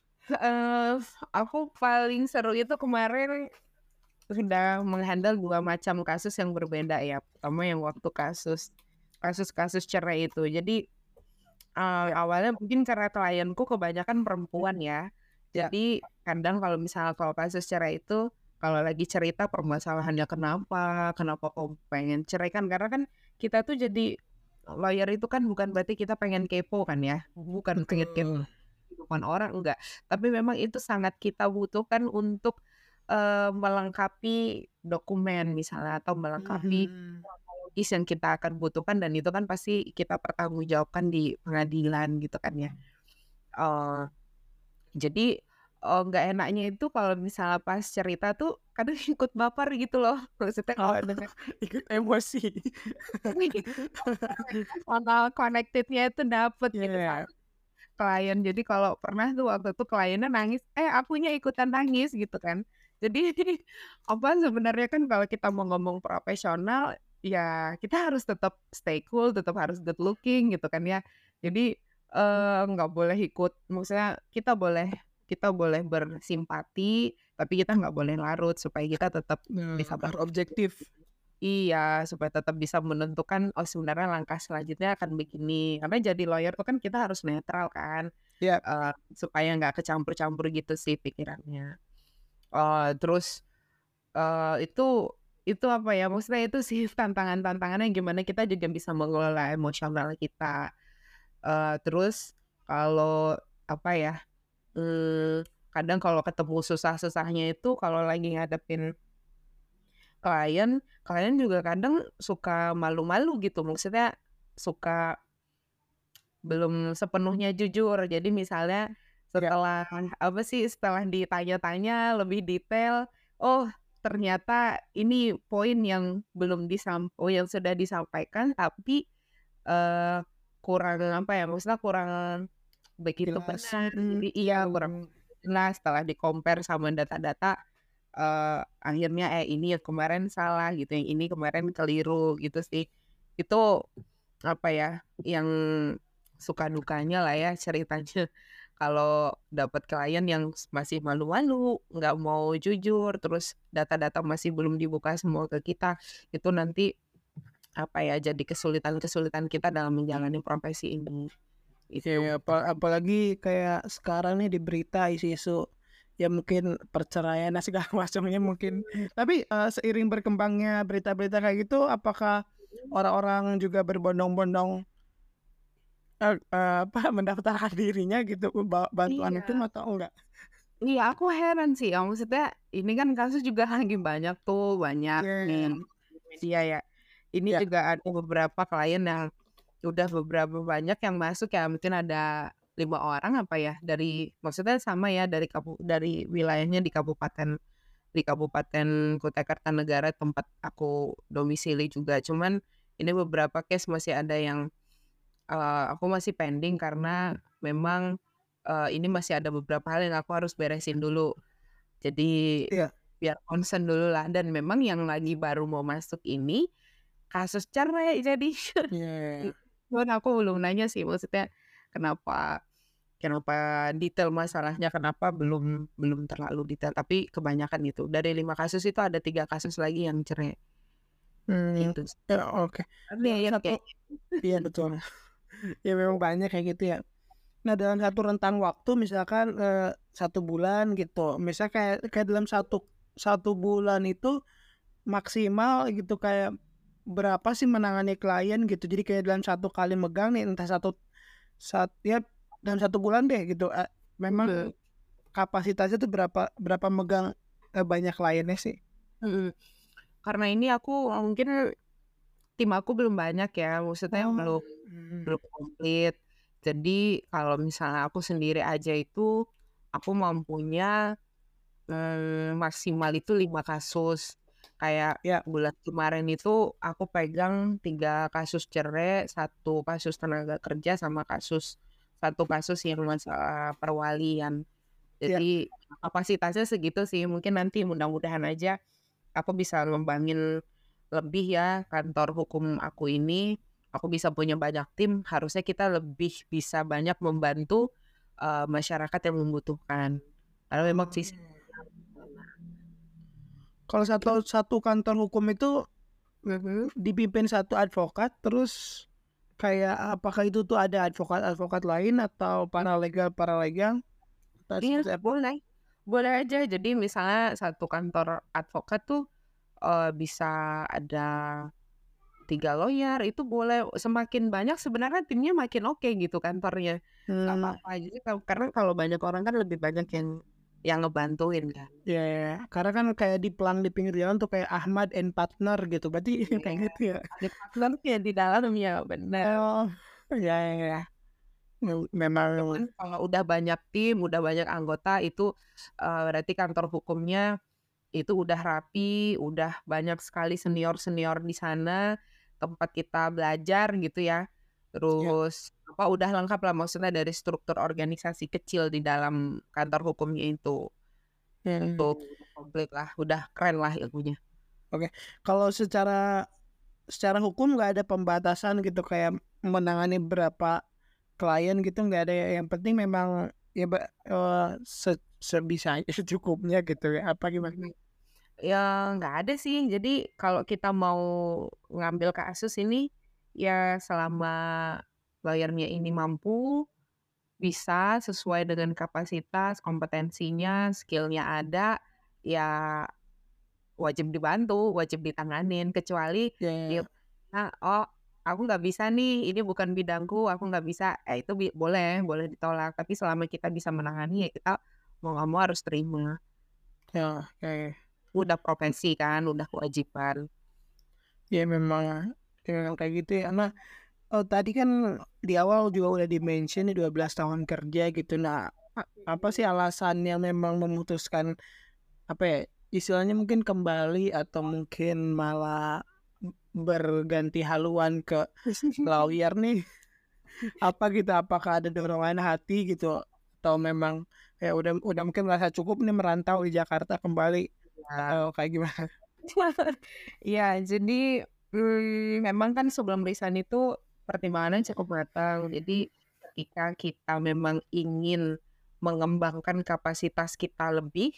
Heeh, aku paling seru itu kemarin sudah meng-handle dua macam kasus yang berbeda ya. Pertama yang waktu kasus kasus-kasus cerai itu. Jadi, eee, awalnya mungkin karena klienku kebanyakan perempuan ya. Ya. Jadi kadang kalau misalnya kalau kasus cerai itu, kalau lagi cerita permasalahannya kenapa, kenapa kok pengen cerai kan karena kan kita tuh jadi lawyer itu kan bukan berarti kita pengen kepo kan ya, bukan pengen kepo Betul. kehidupan orang, enggak. Tapi memang itu sangat kita butuhkan untuk, eee, melengkapi dokumen misalnya atau melengkapi Mhm. kronologis yang kita akan butuhkan dan itu kan pasti kita pertanggungjawabkan di pengadilan gitu kan ya. Eee, jadi, eee, nggak enaknya itu kalau misalnya pas cerita tuh kadang ikut baper gitu loh, maksudnya Oh, kalau dengan ikut emosi. emosional connected-nya itu dapet gitu sama Iya. klien. Jadi kalau pernah tuh waktu itu kliennya nangis, eh akunya ikutan nangis gitu kan. Jadi apa sebenarnya kan kalau kita mau ngomong profesional, ya kita harus tetap stay cool, tetap harus good looking gitu kan ya. Jadi, eee, nggak boleh ikut maksudnya kita boleh kita boleh bersimpati, tapi kita nggak boleh larut supaya kita tetap Nah, bisa ber harus objektif. Iya, supaya tetap bisa menentukan, oh sebenarnya langkah selanjutnya akan begini. Karena jadi lawyer tuh kan kita harus netral kan, Ya. eee, supaya nggak kecampur-campur gitu sih pikirannya. Eee, terus, eee, itu itu apa ya, maksudnya itu sih tantangan-tantangannya gimana kita juga bisa mengelola emosional kita. Eee, terus kalau apa ya, mmm, kadang kalau ketemu susah-susahnya itu kalau lagi ngadepin klien, klien juga kadang suka malu-malu gitu, maksudnya suka belum sepenuhnya jujur. Jadi misalnya Ya, setelah apa sih, setelah ditanya-tanya lebih detail, oh ternyata ini poin yang belum disam oh yang sudah disampaikan tapi, eee, kurang apa ya, maksudnya kurang begitu jelas. benar. Mhm, Jadi iya kurang mhm. jelas setelah di-compare sama data-data, eee, akhirnya, eh ini yang kemarin salah gitu, yang ini kemarin keliru gitu sih. Itu apa ya, yang suka dukanya lah ya ceritanya. Kalau dapat klien yang s masih malu-malu, nggak mau jujur, terus data-data masih belum dibuka semua ke kita, itu nanti apa ya, jadi kesulitan-kesulitan kita dalam menjalani profesi ini, Ya, itu. ya, apa apalagi kayak sekarang nih di berita isu-isu, ya mungkin perceraian dan segala macamnya mungkin. Tapi, eee, seiring berkembangnya berita-berita kayak gitu, apakah orang-orang juga berbondong-bondong, eee eee, apa, mendaftarkan dirinya gitu, ba bantuan hukum Iya. atau enggak? Iya, aku heran sih ya, maksudnya ini kan kasus juga lagi banyak tuh, banyak Iya, nih iya, di media ya. Ini iya. juga ada beberapa klien yang udah beberapa banyak yang masuk ya, mungkin ada lima orang apa ya, dari maksudnya sama ya, dari kabu dari wilayahnya di kabupaten di Kabupaten Kutai Kartanegara tempat aku domisili juga. Cuman ini beberapa case masih ada yang Eee, aku masih pending karena memang, eee, ini masih ada beberapa hal yang aku harus beresin dulu. Jadi Iya. biar concern dulu lah dan memang yang lagi baru mau masuk ini kasus cerai jadi Iya, iya, iya. cuman aku belum nanya sih maksudnya kenapa kenapa detail masalahnya kenapa belum belum terlalu detail, tapi kebanyakan itu. Dari lima kasus itu ada tiga kasus lagi yang cerai, Mmm, gitu sih. ya, oke. Dalam Banyak satu kayak iya betul. Ya memang banyak kayak gitu ya. Nah, dalam satu rentang waktu misalkan, eee, satu bulan gitu, misal kayak kayak dalam satu satu bulan itu maksimal gitu kayak berapa sih menangani klien gitu? Jadi kayak dalam satu kali megang nih entah satu sat ya dalam satu bulan deh gitu, eee, memang mhm, kapasitasnya tuh berapa berapa megang, eee, banyak kliennya sih? mhm. Karena ini aku mungkin tim aku belum banyak ya, maksudnya Oh, belum mhm, belum komplit. Jadi kalau misalnya aku sendiri aja itu, aku mampunya, eee, maksimal itu lima kasus. Kayak ya, bulan kemarin itu aku pegang tiga kasus cerai, satu kasus tenaga kerja, sama kasus satu kasus yang masalah perwalian. ya, Jadi kapasitasnya segitu sih, mungkin nanti mudah-mudahan aja aku bisa ngembangin lebih ya kantor hukum aku ini, aku bisa punya banyak tim, harusnya kita lebih bisa banyak membantu, eee, masyarakat yang membutuhkan. Karena memang oh. sih Kalau satu satu kantor hukum itu mhm, dipimpin satu advokat, terus kayak apakah itu tuh ada advokat-advokat lain atau paralegal-paralegal atau iya seperti apa? boleh, boleh aja. Jadi misalnya satu kantor advokat tuh, eee, bisa ada tiga lawyer, itu boleh, semakin banyak sebenarnya timnya makin oke gitu kantornya, nggak Mmm, apa-apa. Jadi kalau karena kalau banyak orang kan lebih banyak yang yang ngebantuin kan. ya, ya, ya. Karena kan kayak di pelang di pinggir jalan tuh kayak Ahmad and Partner gitu, berarti Iya, kayak gitu ya? ada partnernya di dalamnya, bener. Oh, ya, ya, ya. Mem memang Cuman kalau udah banyak tim, udah banyak anggota itu, eee, berarti kantor hukumnya itu udah rapi, udah banyak sekali senior-senior di sana, tempat kita belajar gitu ya. ya, Terus, apa, udah lengkap lah maksudnya dari struktur organisasi kecil di dalam kantor hukumnya itu. mhm, Tuh, udah komplit lah, udah keren lah ilmunya. oke. Kalau secara secara hukum nggak ada pembatasan gitu kayak menangani berapa klien gitu nggak ada ya, yang penting memang ya ba eee, se sebisanya, secukupnya gitu ya, apa gimana? Mhm. Ya nggak ada sih. Jadi kalau kita mau ngambil kasus ini, ya selama lawyernya ini mampu, bisa sesuai dengan kapasitas, kompetensinya, skill-nya ada, ya wajib dibantu, wajib ditanganin. Kecuali Ya, dia ya, ah, oh aku nggak bisa nih, ini bukan bidangku, aku nggak bisa, eh, itu bi boleh boleh ditolak, tapi selama kita bisa menangani ya kita mau nggak mau harus terima. Ya, oke. Udah profesi kan, udah kewajiban. Ya memang ya memang kayak gitu ya, karena, eee, tadi kan di awal juga udah di-mention dua belas tahun kerja gitu. Nah, a apa sih alasan yang memang memutuskan, apa ya, istilahnya mungkin kembali atau mungkin malah m berganti haluan ke lawyer nih, apa gitu? Apakah ada dorongan hati gitu? Atau memang ya udah udah mungkin merasa cukup nih merantau di Jakarta kembali, Ya. eee, kayak gimana? Iya, jadi, mmm, memang kan sebelum resign itu pertimbangannya cukup matang. Jadi ketika kita memang ingin mengembangkan kapasitas kita lebih,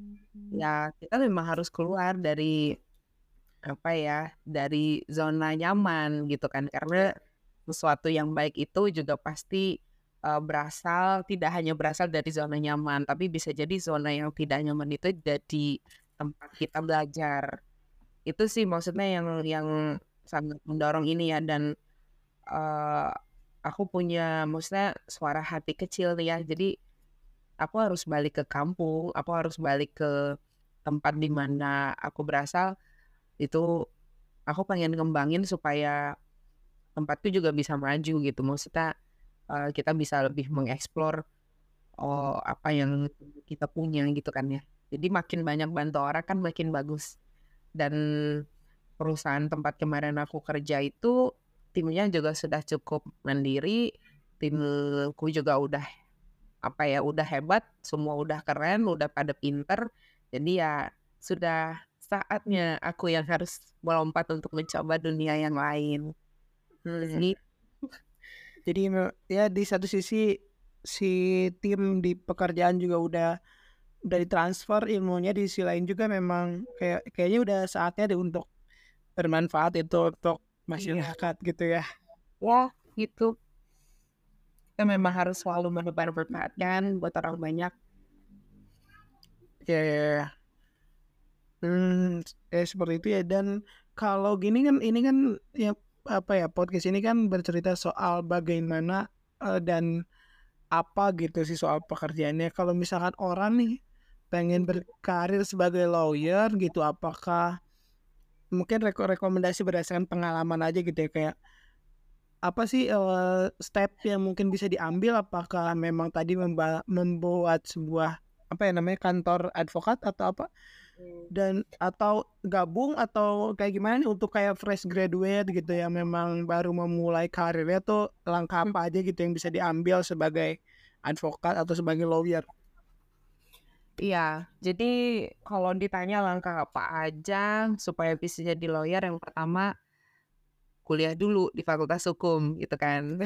ya kita memang harus keluar dari, apa ya, dari zona nyaman gitu kan. Karena sesuatu yang baik itu juga pasti, eee, berasal tidak hanya berasal dari zona nyaman, tapi bisa jadi zona yang tidak nyaman itu jadi tempat kita belajar. Itu sih maksudnya yang yang sangat mendorong ini ya dan, eee, aku punya maksudnya suara hati kecil nih ya. Jadi aku harus balik ke kampung, aku harus balik ke tempat di mana aku berasal, itu aku pengen ngembangin supaya tempatku juga bisa maju gitu. Maksudnya, eee, kita bisa lebih mengeksplor, oh, apa yang kita punya gitu kan ya. Jadi makin banyak bantu orang kan makin bagus. Dan perusahaan tempat kemarin aku kerja itu timnya juga sudah cukup mandiri, timku juga udah, apa ya, udah hebat, semua udah keren, udah pada pinter. Jadi ya sudah saatnya aku yang harus melompat untuk mencoba dunia yang lain. Mmm. Gitu. Jadi me ya di satu sisi, si tim di pekerjaan juga udah udah ditransfer ilmunya, di sisi lain juga memang kayak kayaknya udah saatnya deh untuk bermanfaat itu untuk Iya. masyarakat gitu ya. Ya, gitu. Kita memang harus selalu menebar-manfaatkan buat orang banyak. Ya ya ya. Mmm, ya seperti itu ya, dan kalau gini kan ini kan ya, apa ya, podcast ini kan bercerita soal bagaimana, eee, dan apa gitu sih soal pekerjaannya. Kalau misalkan orang nih pengen berkarir sebagai lawyer gitu, apakah mungkin reko rekomendasi berdasarkan pengalaman aja gitu ya, kayak apa sih, eee, step yang mungkin bisa diambil? Apakah memang tadi memba membuat sebuah, apa ya namanya, kantor advokat atau apa? Mmm. Dan atau gabung atau kayak gimana nih untuk kayak fresh graduate gitu yang memang baru memulai karirnya tuh, langkah apa aja gitu yang bisa diambil sebagai advokat atau sebagai lawyer? Iya, jadi kalau ditanya langkah apa aja supaya bisa jadi lawyer, yang pertama kuliah dulu di fakultas hukum gitu kan.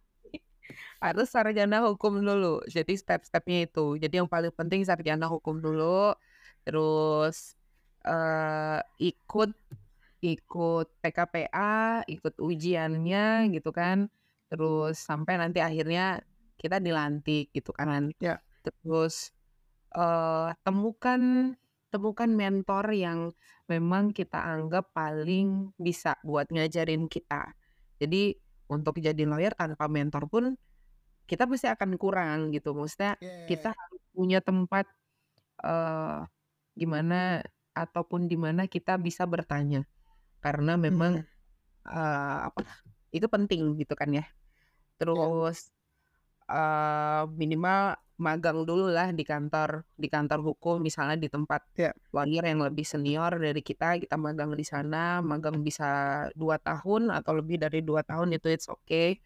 Harus sarjana hukum dulu, jadi step-stepnya itu. Jadi yang paling penting sarjana hukum dulu, terus, eee, ikut ikut P K P A, ikut ujiannya gitu kan, terus sampai nanti akhirnya kita dilantik gitu kan. Ya. Terus, eee, temukan temukan mentor yang memang kita anggap paling bisa buat ngajarin kita. Jadi untuk jadi lawyer tanpa mentor pun kita pasti akan kurang gitu, maksudnya kita Oke. harus punya tempat, eee, di mana ataupun di mana kita bisa bertanya. Karena memang, Mhm. eee, apa, itu penting gitu kan ya. Ya. Terus, eee, minimal magang dululah di kantor di kantor hukum, misalnya di tempat Ya. lawyer yang lebih senior dari kita, kita magang di sana, magang bisa dua tahun atau lebih dari dua tahun itu it's okay.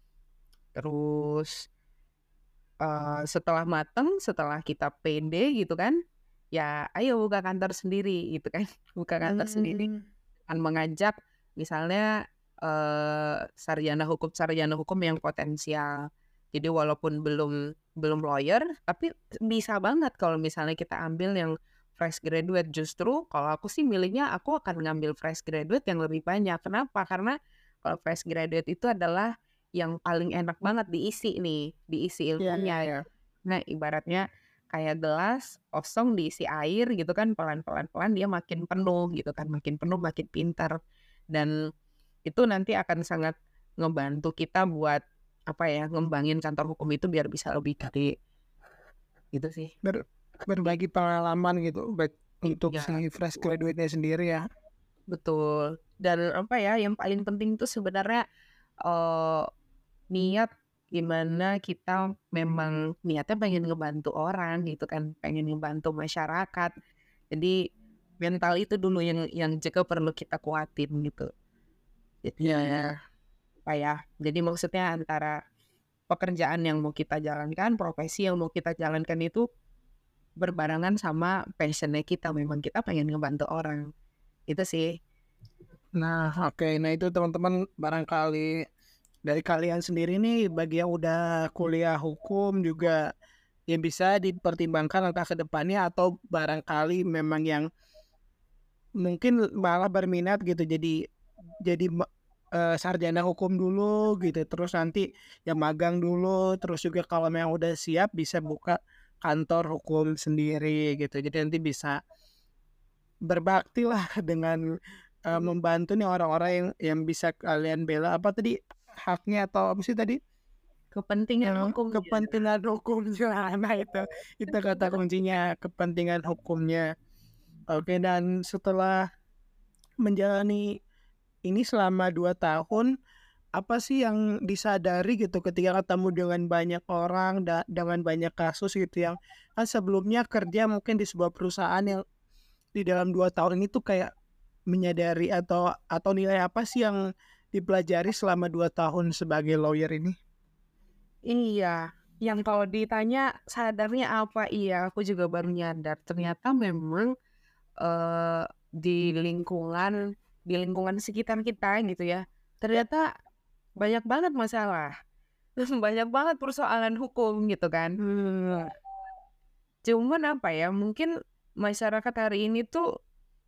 Terus, eee, setelah mateng, setelah kita pede gitu kan, ya ayo buka kantor sendiri gitu kan. Buka kantor sendiri Mmm. dengan mengajak misalnya, eee, sarjana hukum-sarjana hukum yang potensial. Jadi walaupun belum belum lawyer, tapi bisa banget kalau misalnya kita ambil yang fresh graduate. Justru kalau aku sih milihnya aku akan ngambil fresh graduate yang lebih banyak. Kenapa? Karena kalau fresh graduate itu adalah yang paling enak banget diisi nih, diisi Iya iya ilmunya. iya. Nah, ibaratnya kayak gelas kosong diisi air gitu kan, pelan pelan pelan dia makin penuh gitu kan, makin penuh makin pintar. Dan itu nanti akan sangat ngebantu kita buat apa ya, ngembangin kantor hukum itu biar bisa lebih gede. Gitu sih. Ber berbagi pengalaman gitu baik untuk Iya, si fresh graduate-nya sendiri ya. betul. Dan apa ya, yang paling penting tuh sebenarnya eh, niat gimana kita memang niatnya pengen ngebantu orang gitu kan, pengen ngebantu masyarakat. Jadi mental itu dulu yang yang juga perlu kita kuatin gitu. Iya Jadi ya. apa ya? Jadi maksudnya antara pekerjaan yang mau kita jalankan, profesi yang mau kita jalankan itu berbarengan sama passion-nya kita. Memang kita pengen ngebantu orang. Itu sih. Nah, oke. Nah, itu teman-teman barangkali dari kalian sendiri nih bagi yang udah kuliah hukum juga yang bisa dipertimbangkan entah ke depannya atau barangkali memang yang mungkin malah berminat gitu jadi jadi ma- eh, sarjana hukum dulu gitu terus nanti ya magang dulu terus juga kalau memang udah siap bisa buka kantor hukum sendiri gitu jadi nanti bisa berbakti lah dengan eh, membantu nih orang-orang yang yang bisa kalian bela apa tadi haknya atau apa sih tadi. Kepentingan Yang hukumnya. kepentingan hukumnya nah itu itu kata kuncinya kepentingan hukumnya. Oke, dan setelah menjalani ini selama dua tahun, apa sih yang disadari gitu ketika ketemu dengan banyak orang, da dengan banyak kasus gitu yang kan sebelumnya kerja mungkin di sebuah perusahaan yang di dalam dua tahun ini tuh kayak menyadari atau atau nilai apa sih yang dipelajari selama dua tahun sebagai lawyer ini? Iya, yang kalau ditanya sadarnya apa? Iya, aku juga baru nyadar. Ternyata memang eh, di lingkungan di lingkungan sekitar kita gitu ya, ternyata banyak banget masalah, banyak banget persoalan hukum gitu kan. Hmm, Cuman apa ya, mungkin masyarakat hari ini tuh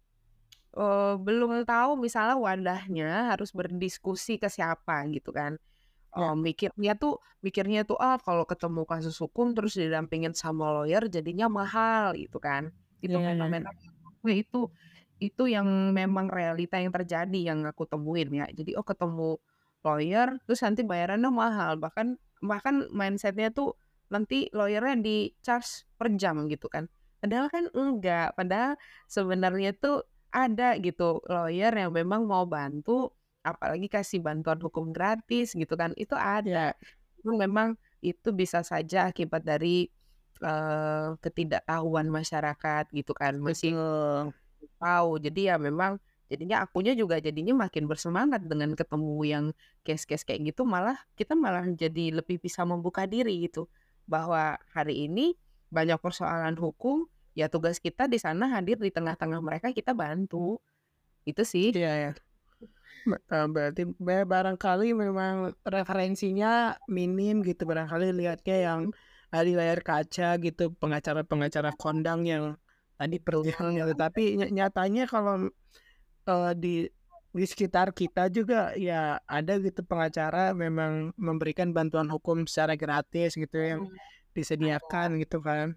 eh, belum tahu misalnya wadahnya harus berdiskusi ke siapa gitu kan. ya, Oh, mikirnya tuh mikirnya tuh ah kalau ketemu kasus hukum terus didampingin sama lawyer jadinya mahal gitu kan. Itu ya, ya, ya. fenomena itu itu yang memang realita yang terjadi yang aku temuin ya. Jadi oh ketemu lawyer terus nanti bayarannya mahal bahkan bahkan mindsetnya tuh nanti lawyernya di charge per jam gitu kan. Padahal kan enggak. Padahal sebenarnya tuh ada gitu lawyer yang memang mau bantu apalagi kasih bantuan hukum gratis gitu kan, itu Ya, ada. Cuman memang itu bisa saja akibat dari, eee, ketidaktahuan masyarakat gitu kan, masih betul. tahu. Jadi ya memang jadinya akunya juga jadinya makin bersemangat dengan ketemu yang case-case kayak gitu, malah kita malah jadi lebih bisa membuka diri gitu, bahwa hari ini banyak persoalan hukum, ya tugas kita di sana hadir di tengah-tengah mereka, kita bantu, itu sih. Iya ya. Ba eee, berarti ba barangkali memang referensinya minim gitu, barangkali lihatnya yang, eee, di layar kaca gitu, pengacara-pengacara kondang yang tadi Betul. perjuangannya, tetapi nya nyatanya kalau, eee, di di sekitar kita juga ya ada gitu pengacara memang memberikan bantuan hukum secara gratis gitu yang Mhm, ada. disediakan gitu kan.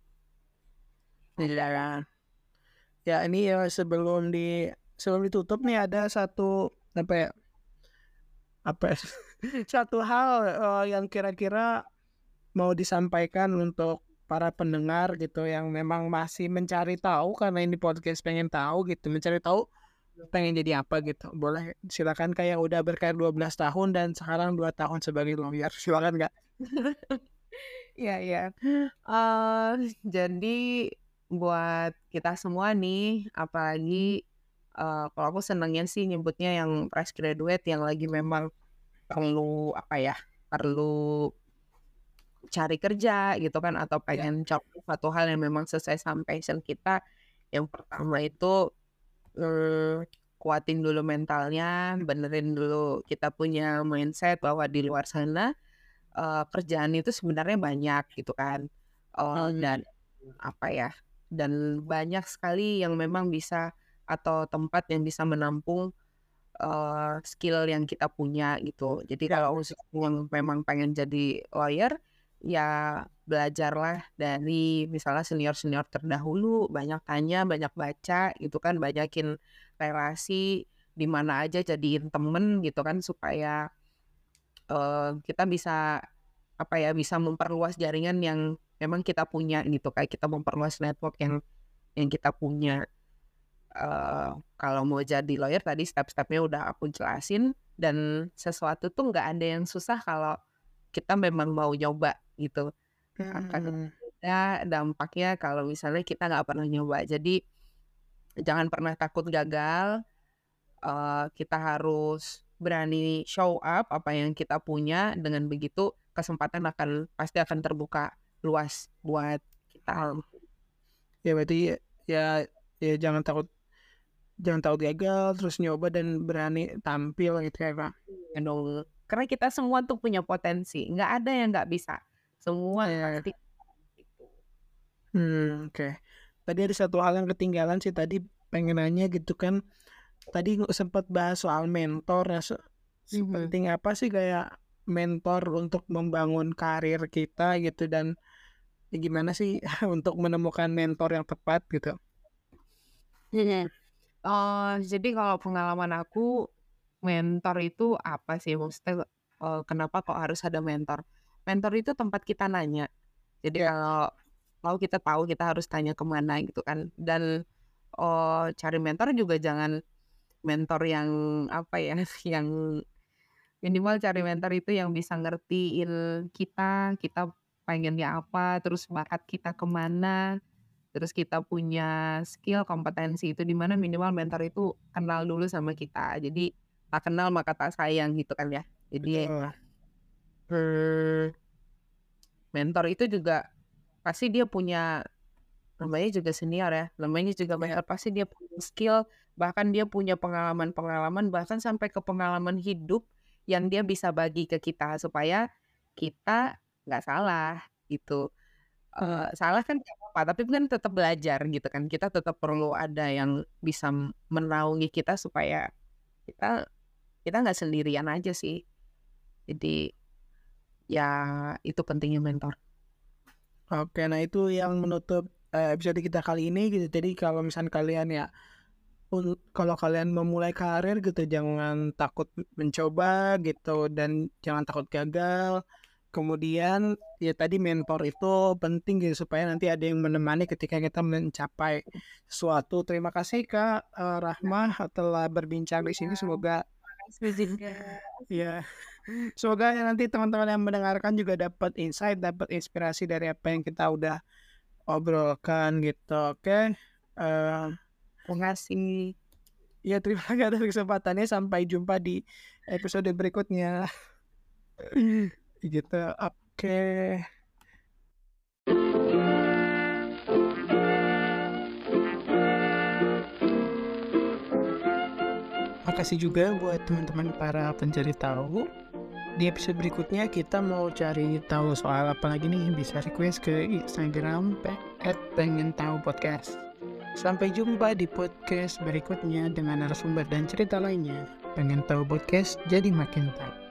Iya. Ya ini ya sebelum di sebelum ditutup nih ada satu apa ya Apa ya, satu hal, eee, yang kira-kira mau disampaikan untuk para pendengar gitu yang memang masih mencari tahu karena ini podcast pengen tahu gitu, mencari tahu pengen jadi apa gitu. Boleh silakan Kak yang udah berkarir dua belas tahun dan sekarang dua tahun sebagai lawyer, silakan Kak. Iya iya. Eee, jadi buat kita semua nih, apalagi, eee, kalau aku senengnya sih nyebutnya yang fresh graduate yang lagi memang perlu, apa ya, perlu cari kerja gitu kan, atau Ya, pengen coba suatu hal yang memang sesuai sama passion kita. Yang pertama itu, eee, kuatin dulu mentalnya, benerin dulu kita punya mindset bahwa di luar sana Eee, kerjaan itu sebenarnya banyak gitu kan, eee, mmm, dan apa ya, dan banyak sekali yang memang bisa atau tempat yang bisa menampung, eee, skill yang kita punya gitu. Jadi ya, kalau khusus yang memang pengen jadi lawyer, ya belajarlah dari misalnya senior-senior terdahulu, banyak tanya, banyak baca gitu kan, banyakin relasi di mana aja jadiin temen gitu kan supaya uh, kita bisa apa ya bisa memperluas jaringan yang memang kita punya gitu, kayak kita memperluas network yang yang kita punya. Uh, kalau mau jadi lawyer tadi step-stepnya udah aku jelasin, dan sesuatu tuh nggak ada yang susah kalau kita memang mau nyoba gitu. Akan Hmm. ada dampaknya kalau misalnya kita nggak pernah nyoba. Jadi jangan pernah takut gagal. Uh, kita harus berani show up apa yang kita punya. Dengan begitu kesempatan akan pasti akan terbuka luas buat kita. Ya berarti ya ya jangan takut jangan takut gagal, terus nyoba dan berani tampil gitu ya Kak. Ya dong. Karena kita semua tuh punya potensi, nggak ada yang nggak bisa. Semua Ya. pasti gitu. Hmm, oke. Okay. Tadi ada satu hal yang ketinggalan sih tadi, pengen nanya gitu kan. Tadi sempat bahas soal mentor ya. Se- sepenting apa sih kayak mentor untuk membangun karir kita gitu, dan ya gimana sih untuk menemukan mentor yang tepat gitu. Oh, jadi kalau pengalaman aku, mentor itu apa sih? Maksudnya eh, kenapa kok harus ada mentor? Mentor itu tempat kita nanya. Jadi Ya. kalau kalau kita tahu kita harus tanya kemana gitu kan. Dan oh, cari mentor juga jangan mentor yang apa ya, yang minimal cari mentor itu yang bisa ngertiin kita, kita pengennya apa, terus bakat kita kemana, terus kita punya skill, kompetensi itu di mana, minimal mentor itu kenal dulu sama kita. Jadi tak kenal maka tak sayang gitu kan ya. Jadi Betul. hmm, mentor itu juga pasti dia punya, namanya juga senior ya, namanya juga Ya. mentor, pasti dia punya skill, bahkan dia punya pengalaman-pengalaman, bahkan sampai ke pengalaman hidup yang dia bisa bagi ke kita supaya kita nggak salah gitu. Hmm. Eee, salah kan nggak apa-apa, tapi kan tetap belajar gitu kan. Kita tetap perlu ada yang bisa m- menaungi kita supaya kita kita nggak sendirian aja sih. Jadi ya itu pentingnya mentor. Oke, nah itu yang menutup eh, episode kita kali ini gitu. Jadi kalau misalnya kalian ya, un- kalau kalian memulai karir gitu, jangan takut mencoba gitu, dan jangan takut gagal. Kemudian ya tadi mentor itu penting gitu supaya nanti ada yang menemani ketika kita mencapai sesuatu. Terima kasih Kak eh, Rahmah telah berbincang di sini. Semoga Makasih juga. ya semoga nanti teman-teman yang mendengarkan juga dapat insight, dapat inspirasi dari apa yang kita udah obrolkan gitu. Oke. Eh, Makasih. ya terima kasih atas kesempatannya. Sampai jumpa di episode berikutnya. Gitu. Oke. Makasih juga buat teman-teman para pencari tahu. Di episode berikutnya kita mau cari tahu soal apa lagi nih, bisa request ke Instagram at pengen tahu podcast. Sampai jumpa di podcast berikutnya dengan narasumber dan cerita lainnya. Pengen tahu podcast jadi makin tahu.